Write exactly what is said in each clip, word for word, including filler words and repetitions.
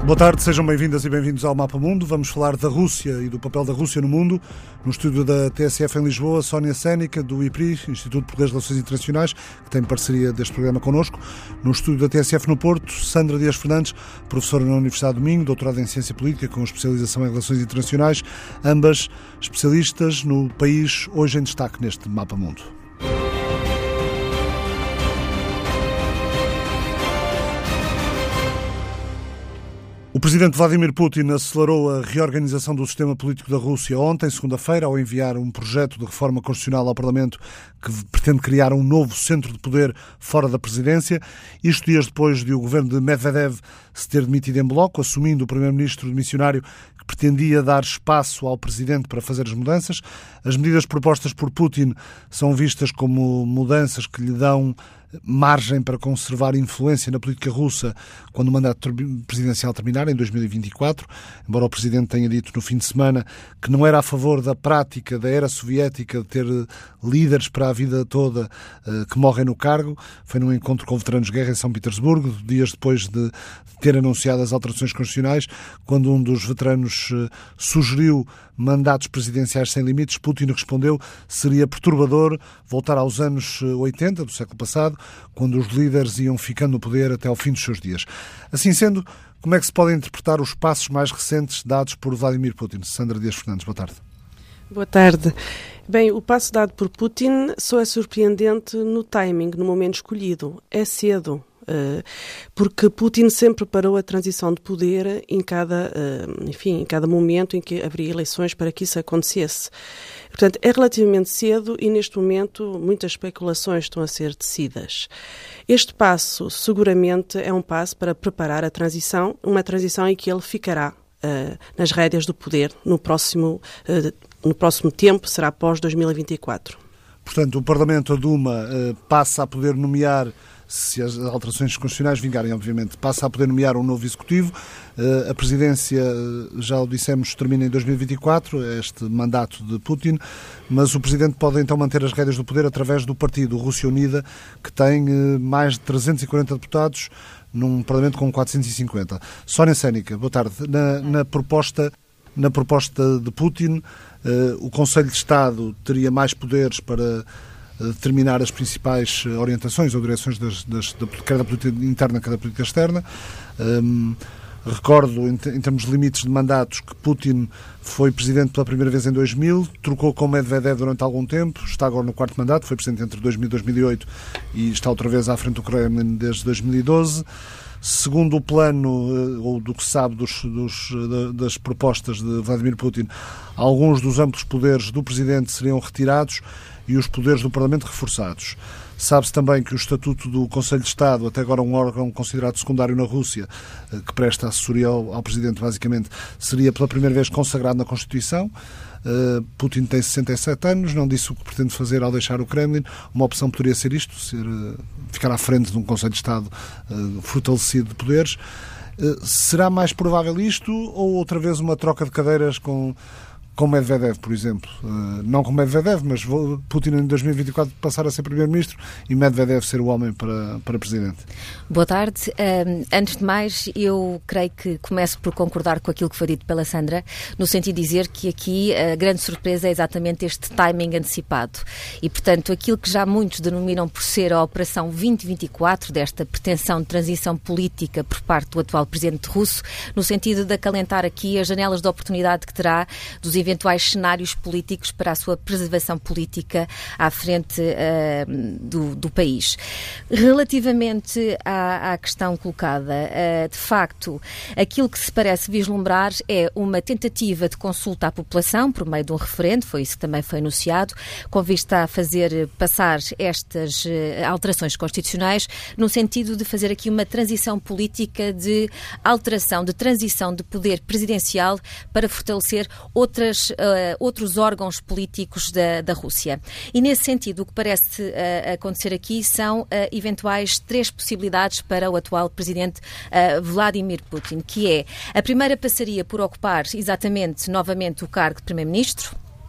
Boa tarde, sejam bem-vindas e bem-vindos ao Mapa Mundo. Vamos falar da Rússia e do papel da Rússia no mundo. No estúdio da T S F em Lisboa, Sónia Sénica, do I P R I, Instituto Português de Relações Internacionais, que tem parceria deste programa connosco. No estúdio da T S F no Porto, Sandra Dias Fernandes, professora na Universidade do Minho, doutorada em Ciência Política com especialização em Relações Internacionais, ambas especialistas no país hoje em destaque neste Mapa Mundo. O presidente Vladimir Putin acelerou a reorganização do sistema político da Rússia ontem, segunda-feira, ao enviar um projeto de reforma constitucional ao Parlamento que pretende criar um novo centro de poder fora da presidência. Isto dias depois de o governo de Medvedev se ter demitido em bloco, assumindo o primeiro-ministro demissionário que pretendia dar espaço ao presidente para fazer as mudanças. As medidas propostas por Putin são vistas como mudanças que lhe dão margem para conservar influência na política russa quando o mandato presidencial terminar, em dois mil e vinte e quatro, embora o Presidente tenha dito no fim de semana que não era a favor da prática da era soviética de ter líderes para a vida toda uh, que morrem no cargo. Foi num encontro com veteranos de guerra em São Petersburgo, dias depois de ter anunciado as alterações constitucionais, quando um dos veteranos uh, sugeriu mandatos presidenciais sem limites. Putin respondeu que seria perturbador voltar aos anos oitenta do século passado, quando os líderes iam ficando no poder até ao fim dos seus dias. Assim sendo, como é que se podem interpretar os passos mais recentes dados por Vladimir Putin? Sandra Dias Fernandes, boa tarde. Boa tarde. Bem, o passo dado por Putin só é surpreendente no timing, no momento escolhido. É cedo. Porque Putin sempre preparou a transição de poder em cada, enfim, em cada momento em que haveria eleições para que isso acontecesse. Portanto, é relativamente cedo e, neste momento, muitas especulações estão a ser tecidas. Este passo, seguramente, é um passo para preparar a transição, uma transição em que ele ficará uh, nas rédeas do poder no próximo, uh, no próximo tempo, será após dois mil e vinte e quatro. Portanto, o Parlamento, a Duma, uh, passa a poder nomear, se as alterações constitucionais vingarem, obviamente, passa a poder nomear um novo executivo. A presidência, já o dissemos, termina em dois mil e vinte e quatro, este mandato de Putin, mas o presidente pode então manter as rédeas do poder através do partido Rússia Unida, que tem mais de trezentos e quarenta deputados num parlamento com quatrocentos e cinquenta. Sónia Sénica, boa tarde. Na, na, proposta, na proposta de Putin, o Conselho de Estado teria mais poderes para determinar as principais orientações ou direções das, das, da, quer da política interna, quer da política externa. Um, recordo, em, em termos de limites de mandatos, que Putin foi presidente pela primeira vez em dois mil, trocou com Medvedev durante algum tempo, está agora no quarto mandato, foi presidente entre dois mil e dois mil e oito e está outra vez à frente do Kremlin desde dois mil e doze. Segundo o plano, ou do que se sabe dos, dos, das propostas de Vladimir Putin, alguns dos amplos poderes do presidente seriam retirados e os poderes do Parlamento reforçados. Sabe-se também que o Estatuto do Conselho de Estado, até agora um órgão considerado secundário na Rússia, que presta assessoria ao, ao Presidente, basicamente, seria pela primeira vez consagrado na Constituição. Uh, Putin tem sessenta e sete anos, não disse o que pretende fazer ao deixar o Kremlin. Uma opção poderia ser isto, ser, uh, ficar à frente de um Conselho de Estado uh, fortalecido de poderes. Uh, será mais provável isto ou outra vez uma troca de cadeiras com... com Medvedev, por exemplo? Uh, não com Medvedev, mas Putin em dois mil e vinte e quatro passar a ser Primeiro-Ministro e Medvedev ser o homem para, para Presidente. Boa tarde. Um, antes de mais, eu creio que começo por concordar com aquilo que foi dito pela Sandra, no sentido de dizer que aqui a grande surpresa é exatamente este timing antecipado. E, portanto, aquilo que já muitos denominam por ser a Operação vinte e vinte e quatro, desta pretensão de transição política por parte do atual Presidente russo, no sentido de acalentar aqui as janelas de oportunidade que terá dos eventuais cenários políticos para a sua preservação política à frente uh, do, do país. Relativamente à, à questão colocada, uh, de facto, aquilo que se parece vislumbrar é uma tentativa de consulta à população por meio de um referendo, foi isso que também foi anunciado, com vista a fazer passar estas uh, alterações constitucionais no sentido de fazer aqui uma transição política de alteração, de transição de poder presidencial para fortalecer outras Uh, outros órgãos políticos da, da Rússia. E, nesse sentido, o que parece uh, acontecer aqui são uh, eventuais três possibilidades para o atual presidente uh, Vladimir Putin, que é, a primeira passaria por ocupar exatamente novamente o cargo de primeiro-ministro.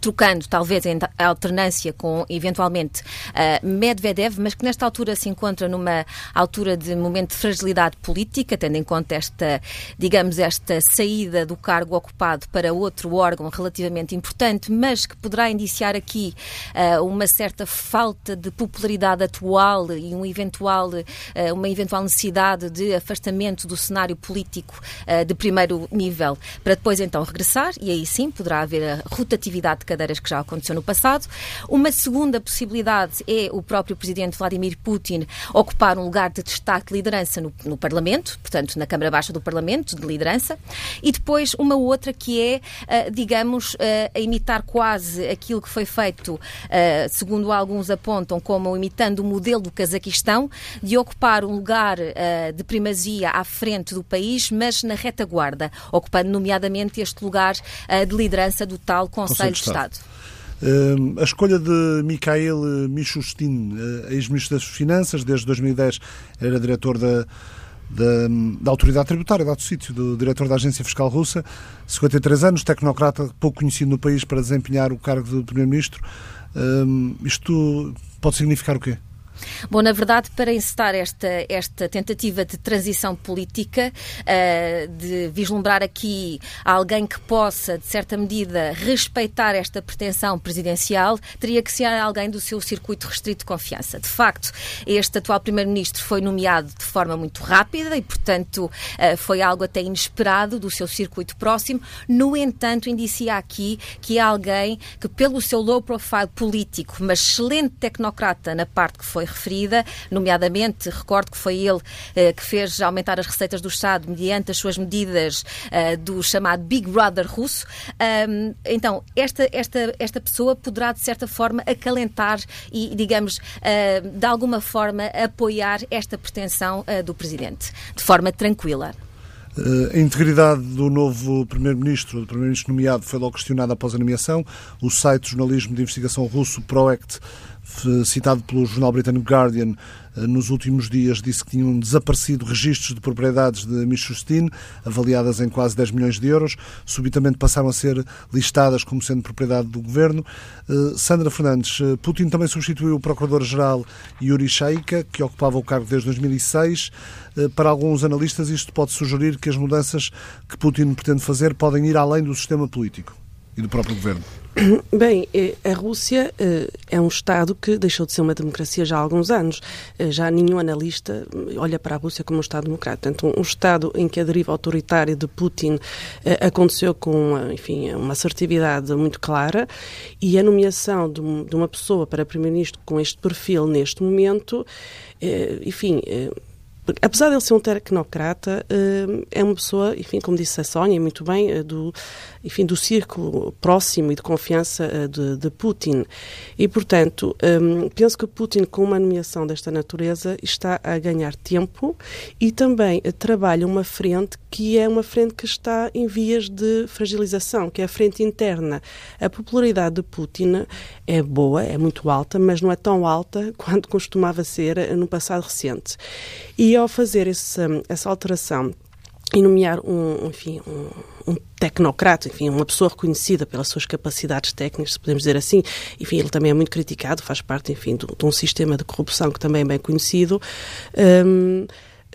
trocando talvez em alternância com, eventualmente, uh, Medvedev, mas que nesta altura se encontra numa altura de momento de fragilidade política, tendo em conta esta, digamos, esta saída do cargo ocupado para outro órgão relativamente importante, mas que poderá indiciar aqui uh, uma certa falta de popularidade atual e um eventual, uh, uma eventual necessidade de afastamento do cenário político uh, de primeiro nível, para depois então regressar, e aí sim poderá haver a rotatividade de cadeiras que já aconteceu no passado. Uma segunda possibilidade é o próprio presidente Vladimir Putin ocupar um lugar de destaque de liderança no, no Parlamento, portanto na Câmara Baixa do Parlamento, de liderança, e depois uma outra que é, uh, digamos, uh, a imitar quase aquilo que foi feito, uh, segundo alguns apontam, como imitando o modelo do Cazaquistão, de ocupar um lugar uh, de primazia à frente do país, mas na retaguarda, ocupando nomeadamente este lugar uh, de liderança do tal Conselho, Conselho de Estado. Estado. Uh, a escolha de Mikhail Mishustin, uh, ex-ministro das Finanças, desde dois mil e dez era diretor da, da, da Autoridade Tributária, dado sítio, do diretor da Agência Fiscal Russa, cinquenta e três anos, tecnocrata, pouco conhecido no país para desempenhar o cargo de primeiro-ministro. Uh, isto pode significar o quê? Bom, na verdade, para encetar esta, esta tentativa de transição política, uh, de vislumbrar aqui alguém que possa, de certa medida, respeitar esta pretensão presidencial, teria que ser alguém do seu circuito restrito de confiança. De facto, este atual primeiro-ministro foi nomeado de forma muito rápida e, portanto, uh, foi algo até inesperado do seu circuito próximo. No entanto, indicia aqui que é alguém que, pelo seu low profile político, mas excelente tecnocrata na parte que foi referida, nomeadamente, recordo que foi ele eh, que fez aumentar as receitas do Estado mediante as suas medidas eh, do chamado Big Brother russo. Um, então, esta, esta, esta pessoa poderá, de certa forma, acalentar e, digamos, uh, de alguma forma, apoiar esta pretensão uh, do Presidente, de forma tranquila. A integridade do novo Primeiro-Ministro, do Primeiro-Ministro nomeado, foi logo questionada após a nomeação. O site de jornalismo de investigação russo Proact, citado pelo jornal britânico Guardian, nos últimos dias disse que tinham desaparecido registros de propriedades de Mishustin, avaliadas em quase dez milhões de euros, subitamente passaram a ser listadas como sendo propriedade do governo. Uh, Sandra Fernandes, uh, Putin também substituiu o procurador-geral Yuri Shaika, que ocupava o cargo desde dois mil e seis. Uh, para alguns analistas, isto pode sugerir que as mudanças que Putin pretende fazer podem ir além do sistema político e do próprio governo. Bem, a Rússia é um Estado que deixou de ser uma democracia já há alguns anos. Já nenhum analista olha para a Rússia como um Estado democrático. Portanto, um Estado em que a deriva autoritária de Putin aconteceu com, enfim, uma assertividade muito clara, e a nomeação de uma pessoa para primeiro-ministro com este perfil neste momento, enfim... Apesar de ele ser um tecnocrata, é uma pessoa, enfim, como disse a Sónia, muito bem, do, enfim, do círculo próximo e de confiança de, de Putin. E, portanto, penso que Putin, com uma nomeação desta natureza, está a ganhar tempo e também trabalha uma frente que é uma frente que está em vias de fragilização, que é a frente interna. A popularidade de Putin é boa, é muito alta, mas não é tão alta quanto costumava ser no passado recente. E ao fazer esse, essa alteração e nomear um, enfim, um, um tecnocrata, enfim, uma pessoa reconhecida pelas suas capacidades técnicas, se podemos dizer assim, enfim, ele também é muito criticado, faz parte, enfim, de, de um sistema de corrupção que também é bem conhecido. Um,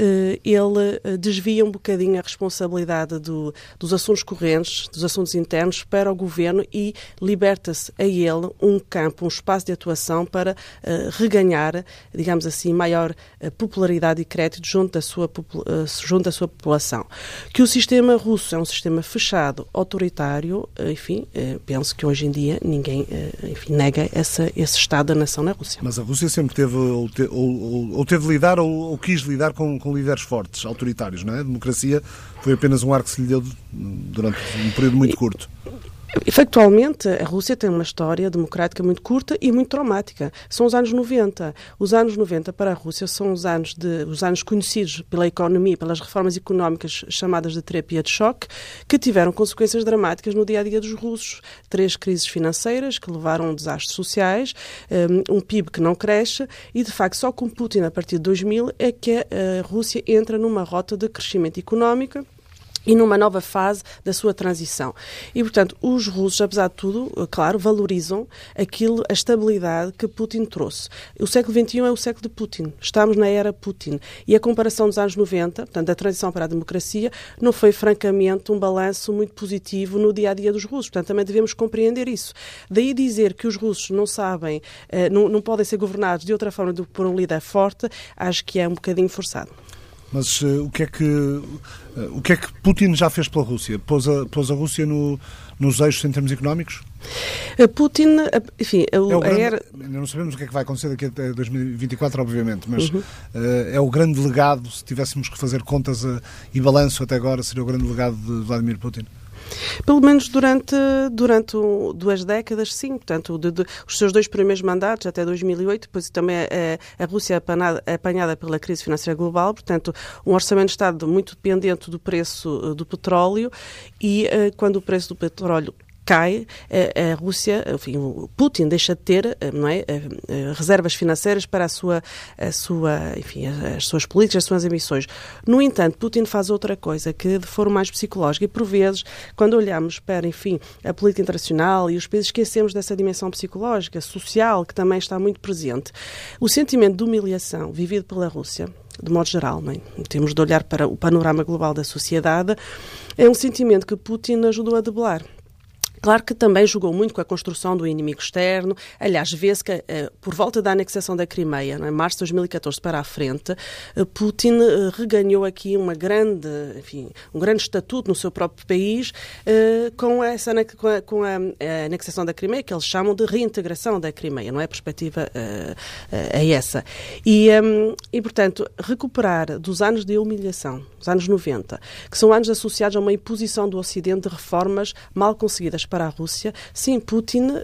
ele desvia um bocadinho a responsabilidade do, dos assuntos correntes, dos assuntos internos, para o governo e liberta-se a ele um campo, um espaço de atuação para uh, reganhar, digamos assim, maior uh, popularidade e crédito junto da, sua, uh, junto da sua população. Que o sistema russo é um sistema fechado, autoritário, uh, enfim, uh, penso que hoje em dia ninguém uh, enfim, nega essa, esse estado da nação na Rússia. Mas a Rússia sempre teve, ou, te, ou, ou, ou teve de lidar, ou, ou quis lidar com, com com líderes fortes, autoritários, não é? A democracia foi apenas um ar que se lhe deu durante um período muito curto. Factualmente, a Rússia tem uma história democrática muito curta e muito traumática. São os anos noventa. Os anos noventa para a Rússia são os anos, de, os anos conhecidos pela economia, pelas reformas económicas chamadas de terapia de choque, que tiveram consequências dramáticas no dia-a-dia dos russos. Três crises financeiras que levaram a desastres sociais, um P I B que não cresce e, de facto, só com Putin, a partir de dois mil, é que a Rússia entra numa rota de crescimento económico e numa nova fase da sua transição. E, portanto, os russos, apesar de tudo, claro, valorizam aquilo, a estabilidade que Putin trouxe. O século vinte e um é o século de Putin. Estamos na era Putin. E a comparação dos anos noventa, portanto, da transição para a democracia, não foi, francamente, um balanço muito positivo no dia-a-dia dos russos. Portanto, também devemos compreender isso. Daí dizer que os russos não sabem, eh, não, não podem ser governados de outra forma do que por um líder forte, acho que é um bocadinho forçado. Mas uh, o, que é que, uh, o que é que Putin já fez pela Rússia? Pôs a, pôs a Rússia no, nos eixos em termos económicos? Putin, enfim... É o grande, era... Não sabemos o que é que vai acontecer daqui até dois mil e vinte e quatro, obviamente, mas uhum. uh, é o grande legado, se tivéssemos que fazer contas uh, e balanço até agora, seria o grande legado de Vladimir Putin? Pelo menos durante, durante duas décadas, sim. Portanto, de, de, os seus dois primeiros mandatos, até dois mil e oito, depois também a, a Rússia apanhada, apanhada pela crise financeira global, portanto, um orçamento de Estado muito dependente do preço do petróleo e uh, quando o preço do petróleo cai, a, a Rússia, enfim, o Putin deixa de ter, não é, reservas financeiras para a sua, a sua, enfim, as suas políticas, as suas emissões. No entanto, Putin faz outra coisa que de forma mais psicológica e por vezes, quando olhamos para, enfim, a política internacional e os países, esquecemos dessa dimensão psicológica, social, que também está muito presente. O sentimento de humilhação vivido pela Rússia, de modo geral, não é? Temos de olhar para o panorama global da sociedade, é um sentimento que Putin ajudou a debelar. Claro que também jogou muito com a construção do inimigo externo. Aliás, vê-se que, eh, por volta da anexação da Crimeia, em março de dois mil e catorze para a frente, eh, Putin eh, reganhou aqui uma grande, enfim, um grande estatuto no seu próprio país eh, com, essa, com, a, com a, a anexação da Crimeia, que eles chamam de reintegração da Crimeia, não é? A perspectiva eh, é essa. E, um, e, portanto, recuperar dos anos de humilhação, os anos noventa, que são anos associados a uma imposição do Ocidente de reformas mal conseguidas para a Rússia, sim, Putin, uh,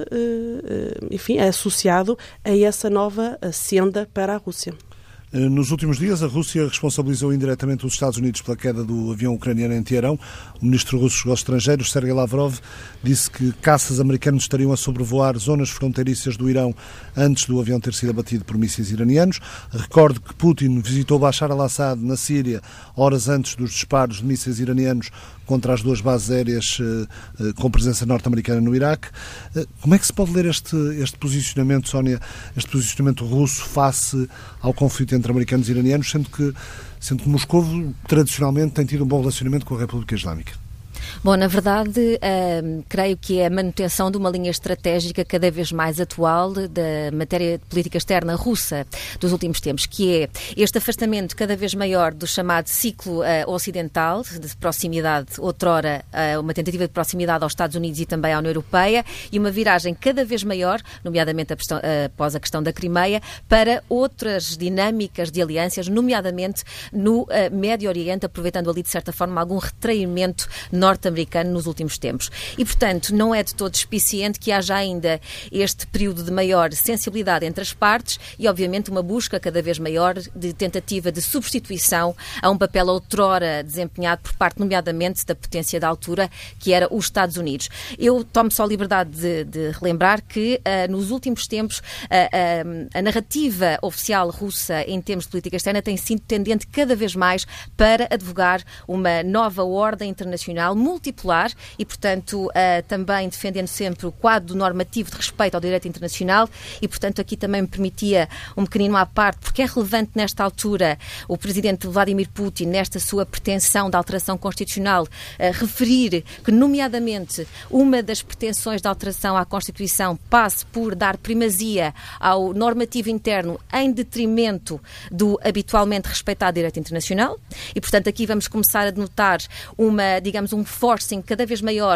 uh, enfim, é associado a essa nova senda para a Rússia. Nos últimos dias, a Rússia responsabilizou indiretamente os Estados Unidos pela queda do avião ucraniano em Teherão. O ministro russo dos Negócios Estrangeiros, Sergei Lavrov, disse que caças americanos estariam a sobrevoar zonas fronteiriças do Irão antes do avião ter sido abatido por mísseis iranianos. Recordo que Putin visitou Bashar al-Assad na Síria horas antes dos disparos de mísseis iranianos contra as duas bases aéreas eh, com presença norte-americana no Iraque. Eh, como é que se pode ler este, este posicionamento, Sónia, este posicionamento russo face ao conflito entre americanos e iranianos, sendo que, sendo que Moscou tradicionalmente tem tido um bom relacionamento com a República Islâmica? Bom, na verdade, uh, creio que é a manutenção de uma linha estratégica cada vez mais atual da matéria de política externa russa dos últimos tempos, que é este afastamento cada vez maior do chamado ciclo uh, ocidental, de proximidade, outrora uh, uma tentativa de proximidade aos Estados Unidos e também à União Europeia, e uma viragem cada vez maior, nomeadamente a questão, uh, após a questão da Crimeia, para outras dinâmicas de alianças, nomeadamente no uh, Médio Oriente, aproveitando ali, de certa forma, algum retraimento norte-americano nos últimos tempos. E, portanto, não é de todo despiciente que haja ainda este período de maior sensibilidade entre as partes e, obviamente, uma busca cada vez maior de tentativa de substituição a um papel outrora desempenhado por parte, nomeadamente, da potência da altura, que era os Estados Unidos. Eu tomo só a liberdade de, de relembrar que, uh, nos últimos tempos, uh, uh, a narrativa oficial russa em termos de política externa tem sido tendente cada vez mais para advogar uma nova ordem internacional multipolar e, portanto, uh, também defendendo sempre o quadro normativo de respeito ao direito internacional e, portanto, aqui também me permitia um pequenino à parte, porque é relevante nesta altura o presidente Vladimir Putin, nesta sua pretensão de alteração constitucional, uh, referir que, nomeadamente, uma das pretensões de alteração à Constituição passe por dar primazia ao normativo interno em detrimento do habitualmente respeitado direito internacional e, portanto, aqui vamos começar a denotar uma, digamos, um forcing cada vez maior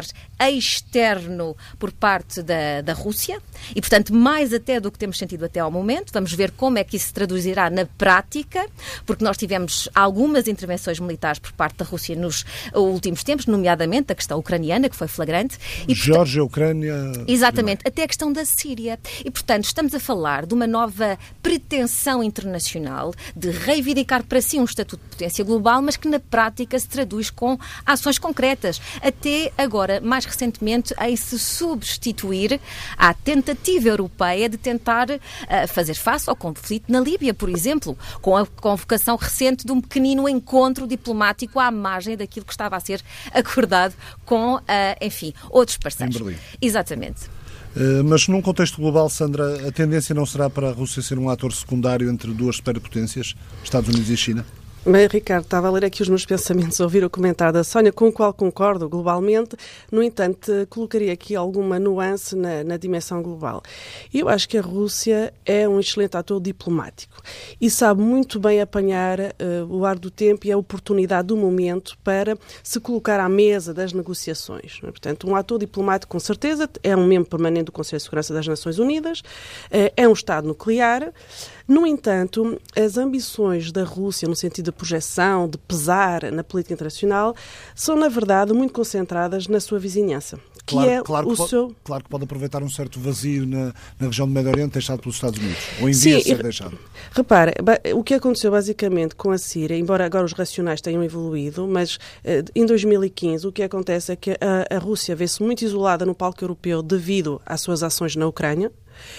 externo por parte da, da Rússia e, portanto, mais até do que temos sentido até ao momento. Vamos ver como é que isso se traduzirá na prática, porque nós tivemos algumas intervenções militares por parte da Rússia nos últimos tempos, nomeadamente a questão ucraniana, que foi flagrante. E, Geórgia, Ucrânia... Exatamente, até a questão da Síria. E, portanto, estamos a falar de uma nova pretensão internacional de reivindicar para si um estatuto de potência global, mas que na prática se traduz com ações concretas. extremistas, até agora, mais recentemente, em se substituir à tentativa europeia de tentar uh, fazer face ao conflito na Líbia, por exemplo, com a convocação recente de um pequenino encontro diplomático à margem daquilo que estava a ser acordado com, uh, enfim, outros parceiros. Em Berlim. Exatamente. Uh, mas num contexto global, Sandra, a tendência não será para a Rússia ser um ator secundário entre duas superpotências, Estados Unidos e China? Mas, Ricardo, estava a ler aqui os meus pensamentos, a ouvir o comentário da Sónia, com o qual concordo globalmente. No entanto, colocaria aqui alguma nuance na, na dimensão global. Eu acho que a Rússia é um excelente ator diplomático e sabe muito bem apanhar uh, o ar do tempo e a oportunidade do momento para se colocar à mesa das negociações. Portanto, um ator diplomático, com certeza, é um membro permanente do Conselho de Segurança das Nações Unidas, uh, é um Estado nuclear. No entanto, as ambições da Rússia, no sentido de projeção, de pesar na política internacional, são, na verdade, muito concentradas na sua vizinhança. Que claro, é claro, o que seu... pode, claro que pode aproveitar um certo vazio na, na região do Médio Oriente deixado pelos Estados Unidos, ou em via de ser deixado. Repara, o que aconteceu basicamente com a Síria, embora agora os racionais tenham evoluído, mas em dois mil e quinze o que acontece é que a, a Rússia vê-se muito isolada no palco europeu devido às suas ações na Ucrânia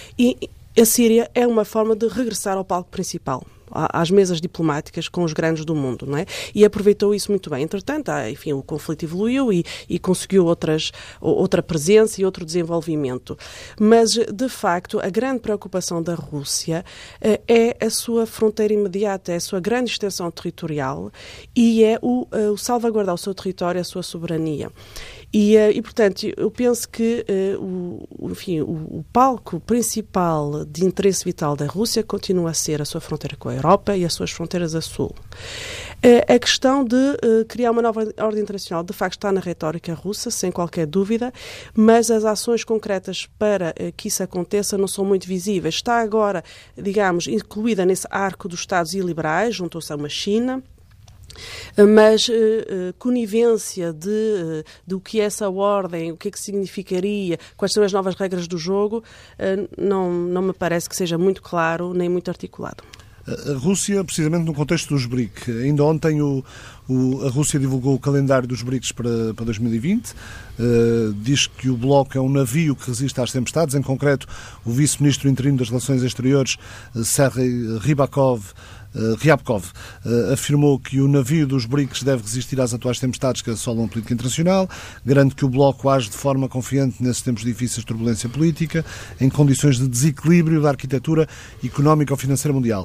e a Síria é uma forma de regressar ao palco principal, às mesas diplomáticas com os grandes do mundo, não é? E aproveitou isso muito bem. Entretanto, enfim, o conflito evoluiu e, e conseguiu outras, outra presença e outro desenvolvimento. Mas, de facto, a grande preocupação da Rússia eh, é a sua fronteira imediata, é a sua grande extensão territorial e é o, o salvaguardar o seu território, a sua soberania. E, e, portanto, eu penso que uh, o, enfim, o, o palco principal de interesse vital da Rússia continua a ser a sua fronteira com a Europa e as suas fronteiras a sul. Uh, a questão de uh, criar uma nova ordem internacional, de facto, está na retórica russa, sem qualquer dúvida, mas as ações concretas para uh, que isso aconteça não são muito visíveis. Está agora, digamos, incluída nesse arco dos Estados iliberais, juntou-se a uma China, mas uh, uh, conivência de, uh, do que é essa ordem, o que é que significaria, quais são as novas regras do jogo, uh, não, não me parece que seja muito claro nem muito articulado. A Rússia, precisamente no contexto dos B R I C, ainda ontem o, o, a Rússia divulgou o calendário dos B R I Cs para, para dois mil e vinte, uh, diz que o bloco é um navio que resiste às tempestades, em concreto o vice-ministro interino das Relações Exteriores, Sergei Rybakov, Uh, Ryabkov uh, afirmou que o navio dos B R I Cs deve resistir às atuais tempestades que assolam a política internacional, garante que o Bloco age de forma confiante nesses tempos difíceis de turbulência política, em condições de desequilíbrio da arquitetura económica ou financeira mundial.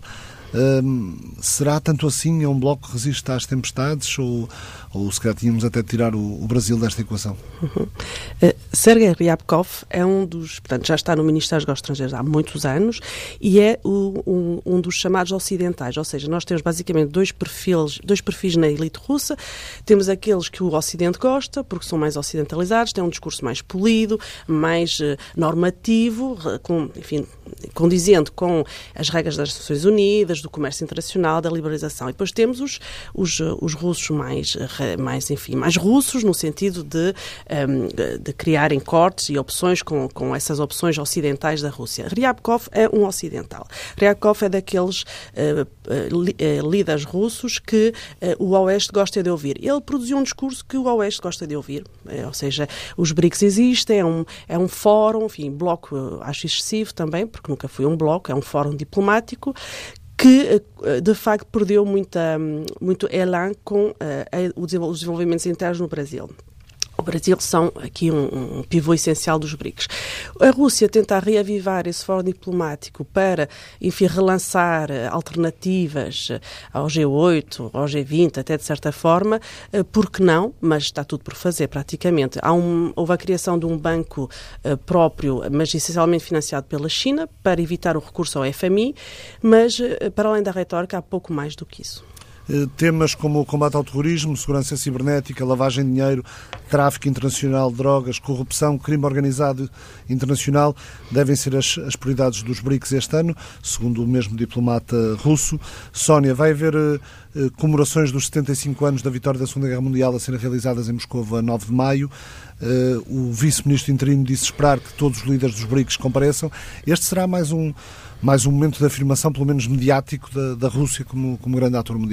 Uh, será tanto assim? É um bloco que resiste às tempestades ou, ou se calhar tínhamos até de tirar o, o Brasil desta equação? Uhum. Uh, Sergei Ryabkov é um dos, portanto, já está no Ministério dos Negócios Estrangeiros há muitos anos e é o, um, um dos chamados ocidentais, ou seja, nós temos basicamente dois perfis, dois perfis na elite russa. Temos aqueles que o Ocidente gosta, porque são mais ocidentalizados, têm um discurso mais polido, mais uh, normativo, com, enfim, condizente com as regras das Nações Unidas, do comércio internacional, da liberalização. E depois temos os, os, os russos mais, mais, enfim, mais russos, no sentido de, um, de criarem cortes e opções com, com essas opções ocidentais da Rússia. Ryabkov é um ocidental. Ryabkov é daqueles uh, uh, líderes russos que uh, o Oeste gosta de ouvir. Ele produziu um discurso que o Oeste gosta de ouvir. Uh, ou seja, os B R I Cs existem, é um, é um fórum, enfim, bloco uh, acho excessivo também, porque nunca foi um bloco, é um fórum diplomático que, de facto, perdeu muita, muito elan com uh, os desenvolvimentos internos no Brasil. O Brasil são aqui um, um pivô essencial dos B R I Cs. A Rússia tenta reavivar esse fórum diplomático para, enfim, relançar alternativas ao G oito, ao G vinte, até de certa forma, por que não? Mas está tudo por fazer, praticamente. Há um, houve a criação de um banco uh, próprio, mas essencialmente financiado pela China, para evitar o recurso ao F M I, mas, uh, para além da retórica, há pouco mais do que isso. Temas como o combate ao terrorismo, segurança cibernética, lavagem de dinheiro, tráfico internacional de drogas, corrupção, crime organizado internacional devem ser as, as prioridades dos B R I Cs este ano, segundo o mesmo diplomata russo. Sónia, vai haver uh, comemorações dos setenta e cinco anos da vitória da Segunda Guerra Mundial a serem realizadas em Moscou a nove de maio. Uh, o vice-ministro interino disse esperar que todos os líderes dos B R I Cs compareçam. Este será mais um, mais um momento de afirmação, pelo menos mediático, da, da Rússia como, como grande ator mundial.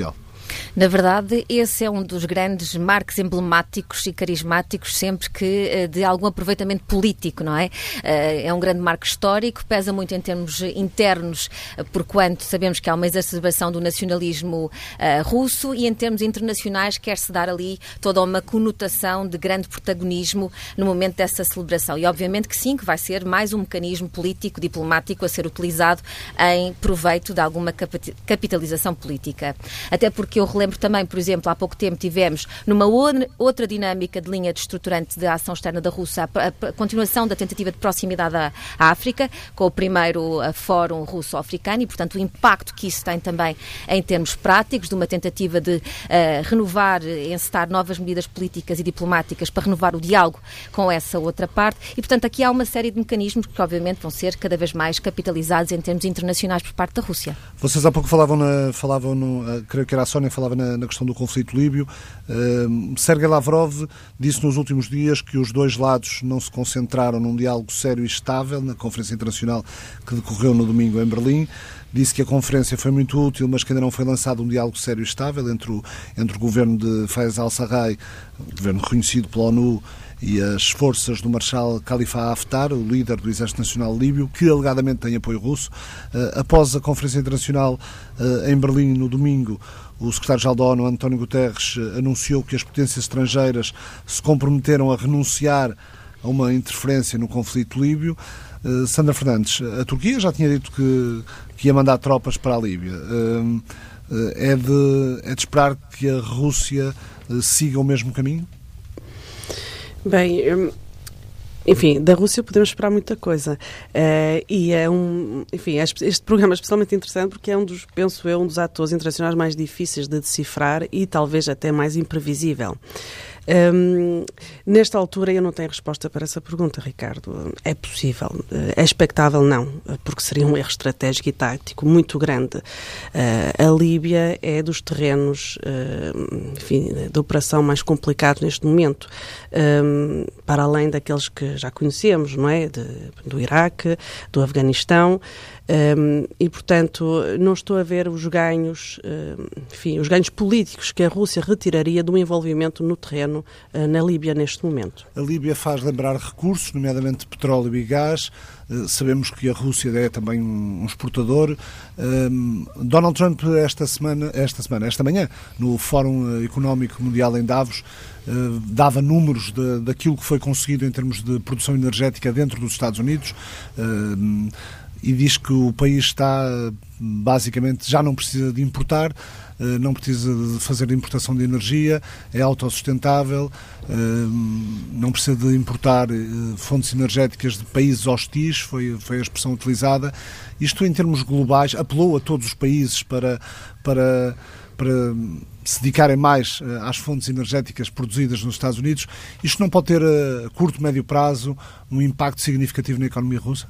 Na verdade, esse é um dos grandes marcos emblemáticos e carismáticos sempre que de algum aproveitamento político, não é? É um grande marco histórico, pesa muito em termos internos, porquanto sabemos que há uma exacerbação do nacionalismo uh, russo, e em termos internacionais quer-se dar ali toda uma conotação de grande protagonismo no momento dessa celebração. E obviamente que sim, que vai ser mais um mecanismo político, diplomático a ser utilizado em proveito de alguma capitalização política. Até porque eu relembro também, por exemplo, há pouco tempo tivemos numa outra dinâmica de linha de estruturante da ação externa da Rússia a, a continuação da tentativa de proximidade à, à África, com o primeiro a, Fórum Russo-Africano, e portanto o impacto que isso tem também em termos práticos, de uma tentativa de uh, renovar, encetar novas medidas políticas e diplomáticas para renovar o diálogo com essa outra parte, e portanto aqui há uma série de mecanismos que obviamente vão ser cada vez mais capitalizados em termos internacionais por parte da Rússia. Vocês há pouco falavam, na, falavam no, creio que era a Sónia, falava na, na questão do conflito líbio. Uh, Sergei Lavrov disse nos últimos dias que os dois lados não se concentraram num diálogo sério e estável na Conferência Internacional que decorreu no domingo em Berlim. Disse que a conferência foi muito útil, mas que ainda não foi lançado um diálogo sério e estável entre o, entre o governo de Fayez al-Sarraj, o governo reconhecido pela ONU, e as forças do Marshal Khalifa Haftar, o líder do Exército Nacional Líbio, que alegadamente tem apoio russo. Uh, após a Conferência Internacional uh, em Berlim no domingo, o secretário-geral da ONU, António Guterres, uh, anunciou que as potências estrangeiras se comprometeram a renunciar a uma interferência no conflito líbio. Uh, Sandra Fernandes, a Turquia já tinha dito que, que ia mandar tropas para a Líbia. Uh, uh, é, de, é de esperar que a Rússia uh, siga o mesmo caminho? Bem, enfim, da Rússia podemos esperar muita coisa. Uh, e é um, enfim, este programa é especialmente interessante porque é um dos, penso eu, um dos atores internacionais mais difíceis de decifrar e talvez até mais imprevisível. Um, nesta altura eu não tenho resposta para essa pergunta, Ricardo. É possível, é expectável não, porque seria um erro estratégico e tático muito grande. Uh, a Líbia é dos terrenos uh, enfim, de operação mais complicados neste momento, um, para além daqueles que já conhecemos, não é? De, do Iraque, do Afeganistão. Um, e, portanto, não estou a ver os ganhos, um, enfim, os ganhos políticos que a Rússia retiraria do envolvimento no terreno uh, na Líbia neste momento. A Líbia faz lembrar recursos, nomeadamente petróleo e gás. Uh, sabemos que a Rússia é também um, um exportador. Um, Donald Trump, esta semana, esta semana, esta manhã, no Fórum Económico Mundial em Davos, uh, dava números de, daquilo que foi conseguido em termos de produção energética dentro dos Estados Unidos. Uh, E diz que o país está, basicamente, já não precisa de importar, não precisa de fazer importação de energia, é autossustentável, não precisa de importar fontes energéticas de países hostis, foi, foi a expressão utilizada. Isto, em termos globais, apelou a todos os países para, para, para se dedicarem mais às fontes energéticas produzidas nos Estados Unidos. Isto não pode ter, a curto, médio prazo, um impacto significativo na economia russa?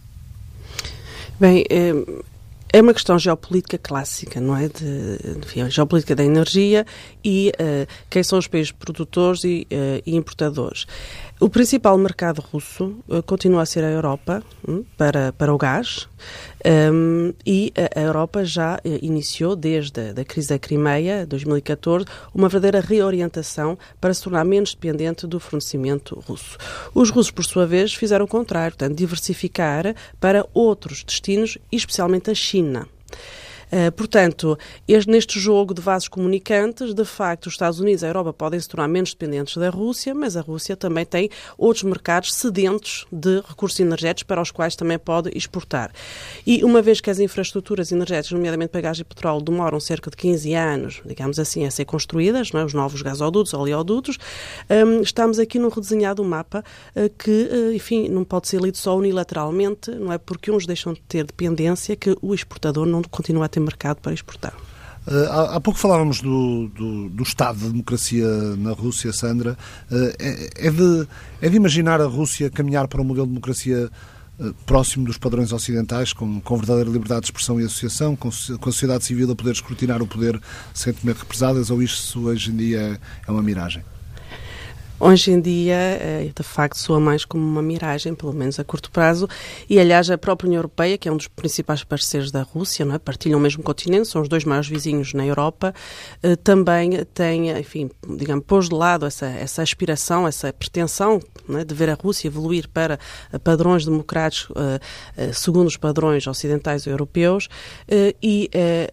Bem, é uma questão geopolítica clássica, não é? De, enfim, a geopolítica da energia e uh, quem são os países produtores e, uh, e importadores. O principal mercado russo uh, continua a ser a Europa um, para, para o gás um, e a, a Europa já uh, iniciou, desde a da crise da Crimeia, dois mil e catorze, uma verdadeira reorientação para se tornar menos dependente do fornecimento russo. Os russos, por sua vez, fizeram o contrário, portanto, diversificar para outros destinos, especialmente a China. Uh, portanto, este, neste jogo de vasos comunicantes, de facto, os Estados Unidos e a Europa podem se tornar menos dependentes da Rússia, mas a Rússia também tem outros mercados sedentos de recursos energéticos para os quais também pode exportar. E uma vez que as infraestruturas energéticas, nomeadamente para gás e petróleo, demoram cerca de quinze anos, digamos assim, a ser construídas, não é? Os novos gasodutos, oleodutos, um, estamos aqui num redesenhado mapa uh, que, uh, enfim, não pode ser lido só unilateralmente, não é? Porque uns deixam de ter dependência que o exportador não continua a ter mercado para exportar. Uh, há, há pouco falávamos do, do, do estado de democracia na Rússia, Sandra. Uh, é, é, de, é de imaginar a Rússia caminhar para um modelo de democracia uh, próximo dos padrões ocidentais, com, com verdadeira liberdade de expressão e associação, com, com a sociedade civil a poder escrutinar o poder sem temer represálias, ou isso hoje em dia é, é uma miragem? Hoje em dia, de facto, soa mais como uma miragem, pelo menos a curto prazo, e aliás a própria União Europeia, que é um dos principais parceiros da Rússia, não é? Partilham o mesmo continente, são os dois maiores vizinhos na Europa, também tem, enfim, digamos, pôs de lado essa, essa aspiração, essa pretensão, não é? De ver a Rússia evoluir para padrões democráticos segundo os padrões ocidentais ou europeus, e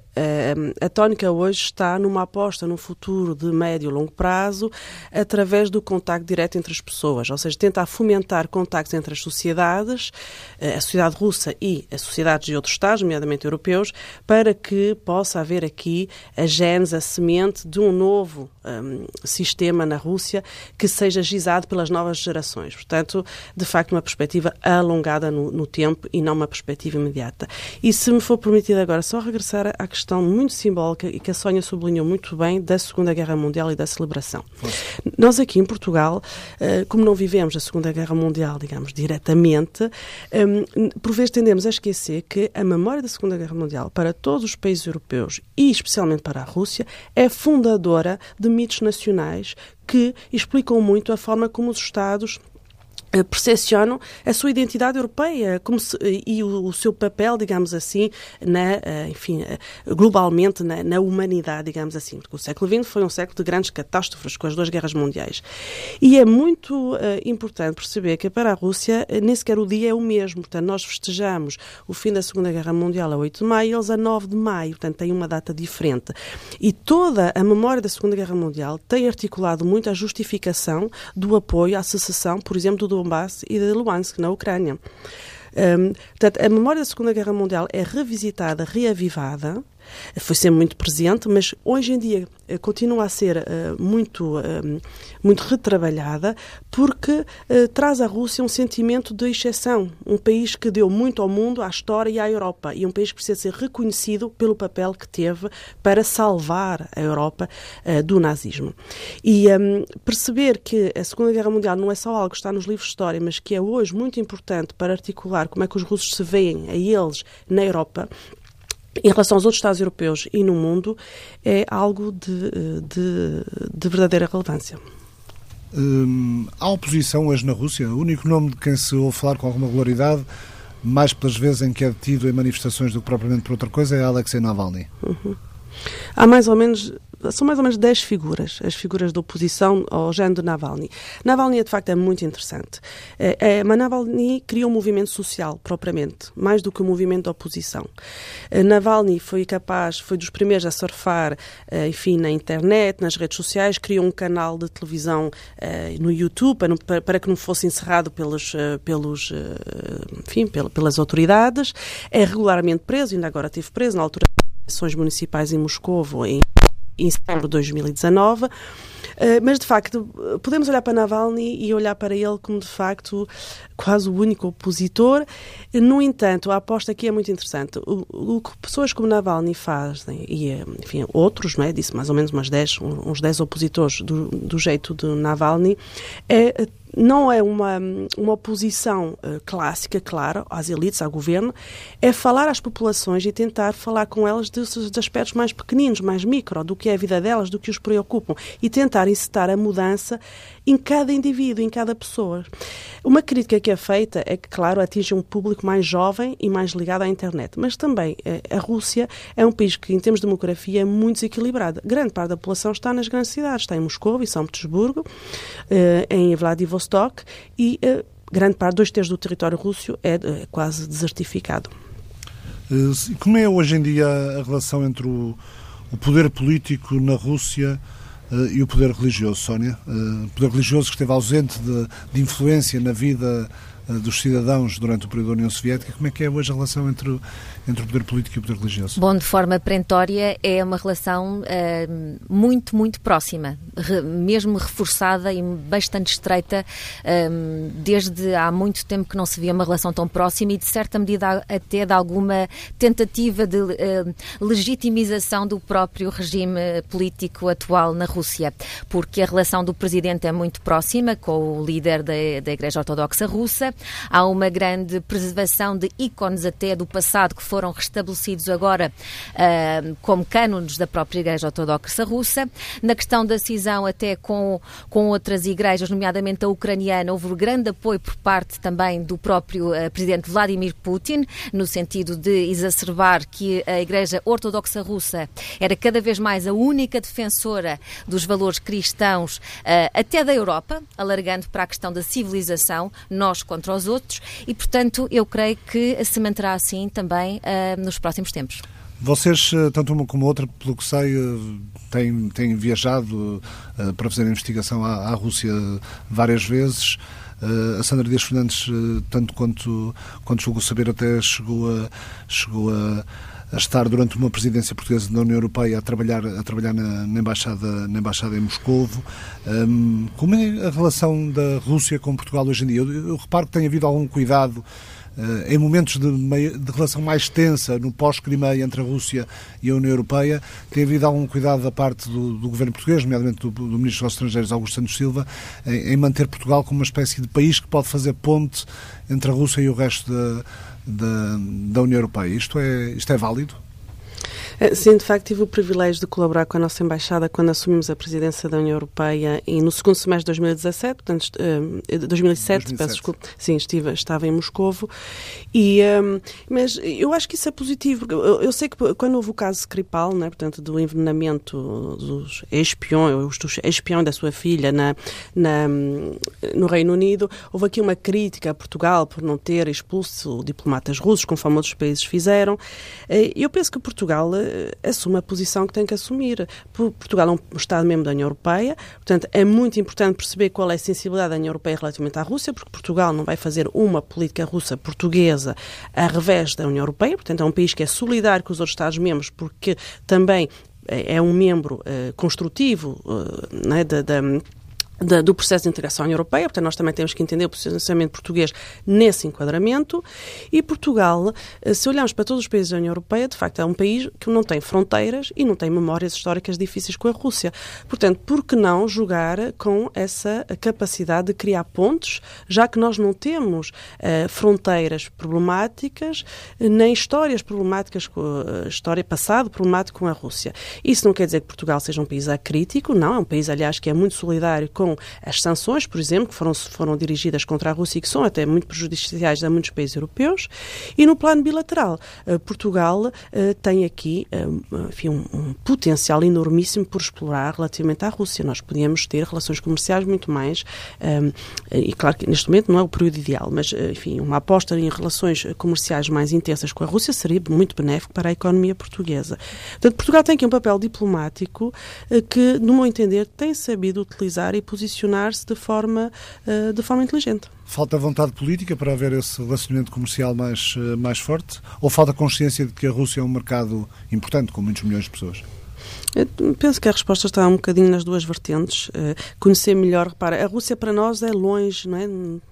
a tónica hoje está numa aposta no futuro de médio e longo prazo através do contacto direto entre as pessoas, ou seja, tentar fomentar contactos entre as sociedades, a sociedade russa e as sociedades de outros Estados, nomeadamente europeus, para que possa haver aqui a gênese, a semente de um novo um, sistema na Rússia que seja gizado pelas novas gerações. Portanto, de facto, uma perspectiva alongada no, no tempo e não uma perspectiva imediata. E se me for permitido agora só regressar à questão muito simbólica e que a Sónia sublinhou muito bem da Segunda Guerra Mundial e da celebração. Nós aqui em Portugal, como não vivemos a Segunda Guerra Mundial, digamos, diretamente, por vezes tendemos a esquecer que a memória da Segunda Guerra Mundial para todos os países europeus e especialmente para a Rússia é fundadora de mitos nacionais que explicam muito a forma como os Estados percepcionam a sua identidade europeia como se, e o, o seu papel, digamos assim, na, enfim, globalmente na, na humanidade, digamos assim. Porque o século vinte foi um século de grandes catástrofes com as duas guerras mundiais. E é muito uh, importante perceber que para a Rússia nem sequer o dia é o mesmo. Portanto, nós festejamos o fim da Segunda Guerra Mundial a oito de maio e eles a nove de maio. Portanto, tem uma data diferente. E toda a memória da Segunda Guerra Mundial tem articulado muito a justificação do apoio à secessão, por exemplo, do Donbass e de Luhansk, na Ucrânia. Um, portanto, a memória da Segunda Guerra Mundial é revisitada, reavivada, foi sempre muito presente, mas hoje em dia uh, continua a ser uh, muito, uh, muito retrabalhada porque uh, traz à Rússia um sentimento de exceção, um país que deu muito ao mundo, à história e à Europa, e um país que precisa ser reconhecido pelo papel que teve para salvar a Europa uh, do nazismo. E um, perceber que a Segunda Guerra Mundial não é só algo que está nos livros de história, mas que é hoje muito importante para articular como é que os russos se veem a eles na Europa, em relação aos outros Estados europeus e no mundo, é algo de, de, de verdadeira relevância. Hum, há oposição hoje na Rússia? O único nome de quem se ouve falar com alguma regularidade, mais pelas vezes em que é detido em manifestações do que propriamente por outra coisa, é Alexei Navalny. Uhum. Há mais ou menos... São mais ou menos dez figuras, as figuras de oposição ao género de Navalny. Navalny, de facto, é muito interessante. É, é, mas Navalny criou um movimento social, propriamente, mais do que um movimento de oposição. É, Navalny foi capaz, foi dos primeiros a surfar, é, enfim, na internet, nas redes sociais, criou um canal de televisão é, no YouTube, para, para, para que não fosse encerrado pelos, pelos, enfim, pelas autoridades. É regularmente preso, ainda agora esteve preso, na altura das eleições municipais em Moscovo, em em setembro de dois mil e dezanove, uh, mas de facto podemos olhar para Navalny e olhar para ele como de facto quase o único opositor. No entanto, a aposta aqui é muito interessante. O, o que pessoas como Navalny fazem, e enfim, outros, não é? Disse mais ou menos umas dez, uns dez opositores do, do jeito de Navalny, é não é uma, uma oposição uh, clássica, claro, às elites, ao governo, é falar às populações e tentar falar com elas de, de aspectos mais pequeninos, mais micro, do que é a vida delas, do que os preocupam, e tentar incitar a mudança em cada indivíduo, em cada pessoa. Uma crítica que é feita é que, claro, atinge um público mais jovem e mais ligado à internet, mas também uh, a Rússia é um país que, em termos de demografia, é muito desequilibrado. Grande parte da população está nas grandes cidades, está em Moscou e São Petersburgo, uh, em Vladivostok, e uh, grande parte, dois terços do território russo é uh, quase desertificado. Uh, como é hoje em dia a relação entre o, o poder político na Rússia uh, e o poder religioso, Sónia? Uh, o poder religioso que esteve ausente de, de influência na vida uh, dos cidadãos durante o período da União Soviética. Como é que é hoje a relação entre o, entre o poder político e o poder religioso? Bom, de forma perentória, é uma relação uh, muito, muito próxima, re, mesmo reforçada e bastante estreita, um, desde há muito tempo que não se via uma relação tão próxima e, de certa medida, até de alguma tentativa de uh, legitimização do próprio regime político atual na Rússia, porque a relação do presidente é muito próxima com o líder da, da Igreja Ortodoxa Russa, Há uma grande preservação de ícones até do passado que foram restabelecidos agora uh, como cânones da própria Igreja Ortodoxa Russa. Na questão da cisão até com, com outras igrejas, nomeadamente a ucraniana, houve grande apoio por parte também do próprio uh, presidente Vladimir Putin, no sentido de exacerbar que a Igreja Ortodoxa Russa era cada vez mais a única defensora dos valores cristãos, uh, até da Europa, alargando para a questão da civilização, nós contra os outros, e, portanto, eu creio que se manterá assim também uh, nos próximos tempos. Vocês, tanto uma como outra, pelo que sei, têm, têm viajado uh, para fazer a investigação à, à Rússia várias vezes. Uh, a Sandra Dias Fernandes, uh, tanto quanto, quanto julgo saber, até chegou a, chegou a, a estar durante uma presidência portuguesa da União Europeia a trabalhar, a trabalhar na, na, embaixada, na embaixada em Moscovo. Um, como é a relação da Rússia com Portugal hoje em dia? Eu, eu reparo que tem havido algum cuidado Uh, em momentos de, meio, de relação mais tensa, no pós-Crimeia, entre a Rússia e a União Europeia, tem havido algum cuidado da parte do, do governo português, nomeadamente do, do Ministro dos Negócios Estrangeiros, Augusto Santos Silva, em, em manter Portugal como uma espécie de país que pode fazer ponte entre a Rússia e o resto da, da, da União Europeia. Isto é, isto é válido? Sim, de facto, tive o privilégio de colaborar com a nossa Embaixada quando assumimos a presidência da União Europeia e no segundo semestre de dois mil e dezassete, portanto, dois mil e sete, dois mil e sete. Peço desculpa, sim, estive, estava em Moscovo, e, um, mas eu acho que isso é positivo, porque eu, eu sei que quando houve o caso Skripal, né, portanto, do envenenamento dos espiões, dos espiões da sua filha na, na, no Reino Unido, houve aqui uma crítica a Portugal por não ter expulso diplomatas russos, conforme outros países fizeram. Eu penso que Portugal assume a posição que tem que assumir. Portugal é um Estado-membro da União Europeia, portanto, é muito importante perceber qual é a sensibilidade da União Europeia relativamente à Rússia, porque Portugal não vai fazer uma política russa portuguesa a revés da União Europeia, portanto, é um país que é solidário com os outros Estados-membros, porque também é um membro uh, construtivo uh, né, da... da Da, do processo de integração à União Europeia, portanto nós também temos que entender o posicionamento português nesse enquadramento, e Portugal, se olharmos para todos os países da União Europeia, de facto é um país que não tem fronteiras e não tem memórias históricas difíceis com a Rússia. Portanto, por que não jogar com essa capacidade de criar pontes, já que nós não temos uh, fronteiras problemáticas, nem histórias problemáticas, com a história passada problemática com a Rússia. Isso não quer dizer que Portugal seja um país acrítico, não, é um país, aliás, que é muito solidário com as sanções, por exemplo, que foram, foram dirigidas contra a Rússia e que são até muito prejudiciais a muitos países europeus. E no plano bilateral, uh, Portugal uh, tem aqui uh, enfim, um, um potencial enormíssimo por explorar relativamente à Rússia. Nós podíamos ter relações comerciais muito mais, um, e claro que neste momento não é o período ideal, mas enfim, uma aposta em relações comerciais mais intensas com a Rússia seria muito benéfico para a economia portuguesa. Portanto, Portugal tem aqui um papel diplomático uh, que, no meu entender, tem sabido utilizar e posicionar-se de forma, uh, de forma inteligente. Falta vontade política para haver esse relacionamento comercial mais, uh, mais forte? Ou falta consciência de que a Rússia é um mercado importante, com muitos milhões de pessoas? Eu penso que a resposta está um bocadinho nas duas vertentes. Uh, conhecer melhor, repara, a Rússia para nós é longe, não é?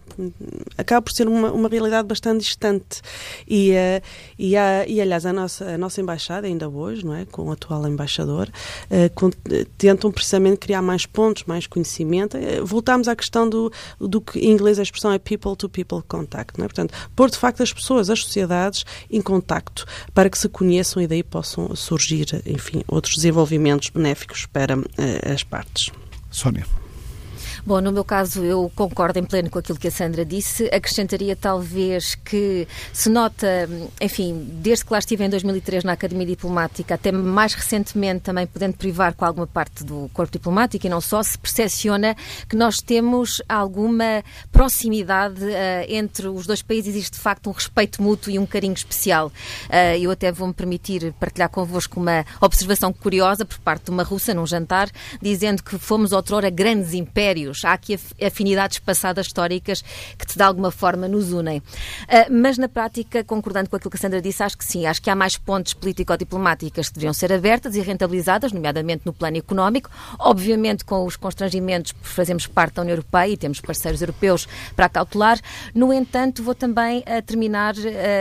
Acaba por ser uma, uma realidade bastante distante e, uh, e, há, e aliás a nossa, a nossa embaixada ainda hoje, não é, com o atual embaixador, uh, com, tentam precisamente criar mais pontos, mais conhecimento. Uh, voltamos à questão do, do que em inglês a expressão é people to people contact, não é? Portanto, pôr de facto as pessoas, as sociedades em contacto para que se conheçam e daí possam surgir, enfim, outros desenvolvimentos benéficos para uh, as partes. Sónia. Bom, no meu caso eu concordo em pleno com aquilo que a Sandra disse, acrescentaria talvez que se nota, enfim, desde que lá estive em dois mil e três na Academia Diplomática, até mais recentemente também podendo privar com alguma parte do corpo diplomático e não só, se percepciona que nós temos alguma proximidade uh, entre os dois países, existe de facto um respeito mútuo e um carinho especial. Uh, eu até vou-me permitir partilhar convosco uma observação curiosa por parte de uma russa num jantar, dizendo que fomos outrora grandes impérios. Há aqui afinidades passadas históricas que de alguma forma nos unem. Uh, mas na prática, concordando com aquilo que a Sandra disse, acho que sim, acho que há mais pontes político-diplomáticas que deveriam ser abertas e rentabilizadas, nomeadamente no plano económico, obviamente com os constrangimentos por fazermos parte da União Europeia e temos parceiros europeus para cautelar. No entanto, vou também uh, terminar uh,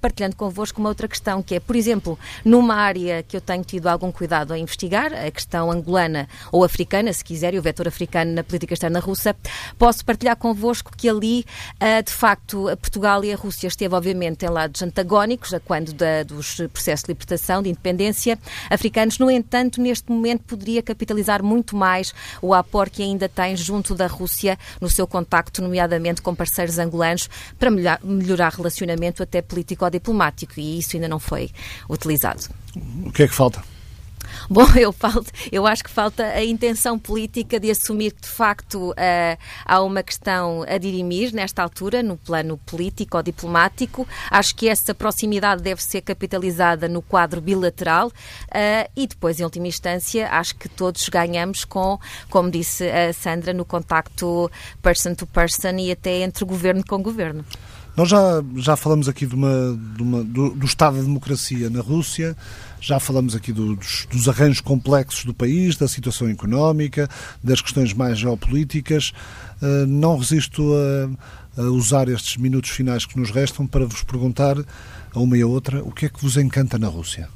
partilhando convosco uma outra questão, que é, por exemplo, numa área que eu tenho tido algum cuidado a investigar, a questão angolana ou africana, se quiser, e o vetor africano na política externa russa, posso partilhar convosco que ali, de facto, Portugal e a Rússia esteve, obviamente, em lados antagónicos, a quando da, dos processos de libertação, de independência africanos. No entanto, neste momento, poderia capitalizar muito mais o aporte que ainda tem junto da Rússia no seu contacto, nomeadamente com parceiros angolanos, para melhorar, melhorar relacionamento até político-diplomático, e isso ainda não foi utilizado. O que é que falta? Bom, eu, falto, eu acho que falta a intenção política de assumir que, de facto, uh, há uma questão a dirimir nesta altura, no plano político ou diplomático. Acho que essa proximidade deve ser capitalizada no quadro bilateral uh, e depois, em última instância, acho que todos ganhamos com, como disse a Sandra, no contacto person to person e até entre governo com governo. Nós já, já falamos aqui de uma, de uma, do, do estado da democracia na Rússia, já falamos aqui do, dos, dos arranjos complexos do país, da situação económica, das questões mais geopolíticas. Uh, não resisto a, a usar estes minutos finais que nos restam para vos perguntar, a uma e a outra, o que é que vos encanta na Rússia?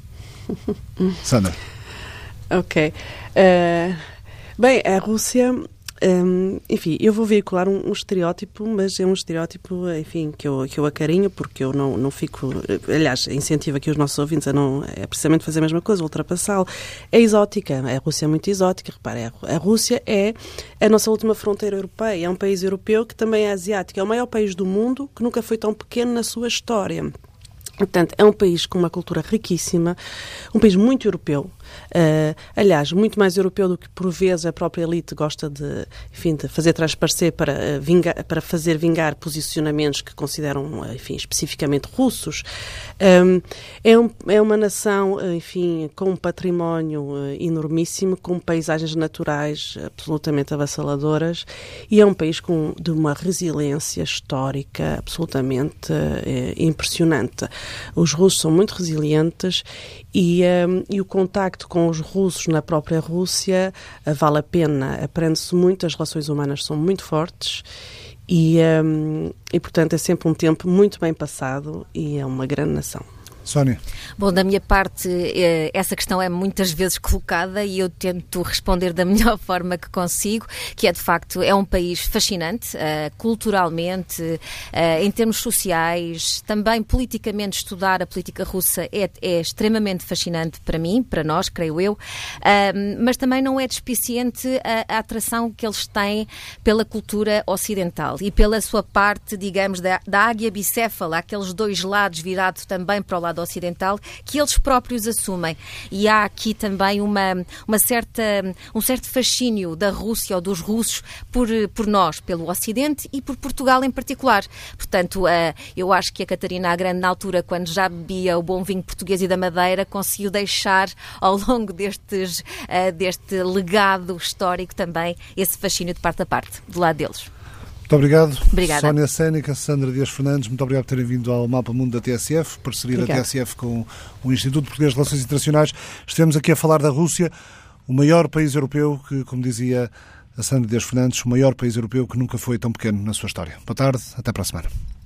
Sandra. Ok. Uh, bem, a Rússia... Um, enfim, eu vou veicular um, um estereótipo, mas é um estereótipo, enfim, que eu, que eu acarinho, porque eu não, não fico... Aliás, incentivo aqui os nossos ouvintes a não... É precisamente fazer a mesma coisa, ultrapassá-lo. É exótica. A Rússia é muito exótica. Repare, a Rússia é a nossa última fronteira europeia. É um país europeu que também é asiático. É o maior país do mundo que nunca foi tão pequeno na sua história. Portanto, é um país com uma cultura riquíssima, um país muito europeu, uh, aliás, muito mais europeu do que por vezes a própria elite gosta de, enfim, de fazer transparecer para, vingar, para fazer vingar posicionamentos que consideram, enfim, especificamente russos. Um, é, um, é uma nação, enfim, com um património uh, enormíssimo, com paisagens naturais absolutamente avassaladoras, e é um país com, de uma resiliência histórica absolutamente uh, impressionante. Os russos são muito resilientes e, um, e o contacto com os russos na própria Rússia uh, vale a pena, aprende-se muito, as relações humanas são muito fortes e, um, e, portanto, é sempre um tempo muito bem passado e é uma grande nação. Sónia. Bom, da minha parte, essa questão é muitas vezes colocada e eu tento responder da melhor forma que consigo, que é, de facto, é um país fascinante, culturalmente, em termos sociais, também politicamente. Estudar a política russa é, é extremamente fascinante para mim, para nós, creio eu, mas também não é despiciente a, a atração que eles têm pela cultura ocidental e pela sua parte, digamos, da, da águia bicéfala, aqueles dois lados virados também para o lado ocidental, que eles próprios assumem. E há aqui também uma, uma certa, um certo fascínio da Rússia ou dos russos por, por nós, pelo Ocidente e por Portugal em particular. Portanto, uh, eu acho que a Catarina a Grande, na altura, quando já bebia o bom vinho português e da Madeira, conseguiu deixar ao longo destes, uh, deste legado histórico também esse fascínio de parte a parte, do lado deles. Muito obrigado. Obrigada. Sónia Sénica, Sandra Dias Fernandes, muito obrigado por terem vindo ao Mapa Mundo da T S F, parceria Obrigada. da T S F com o Instituto Português de Relações Internacionais. Estivemos aqui a falar da Rússia, o maior país europeu que, como dizia a Sandra Dias Fernandes, o maior país europeu que nunca foi tão pequeno na sua história. Boa tarde, até para a semana.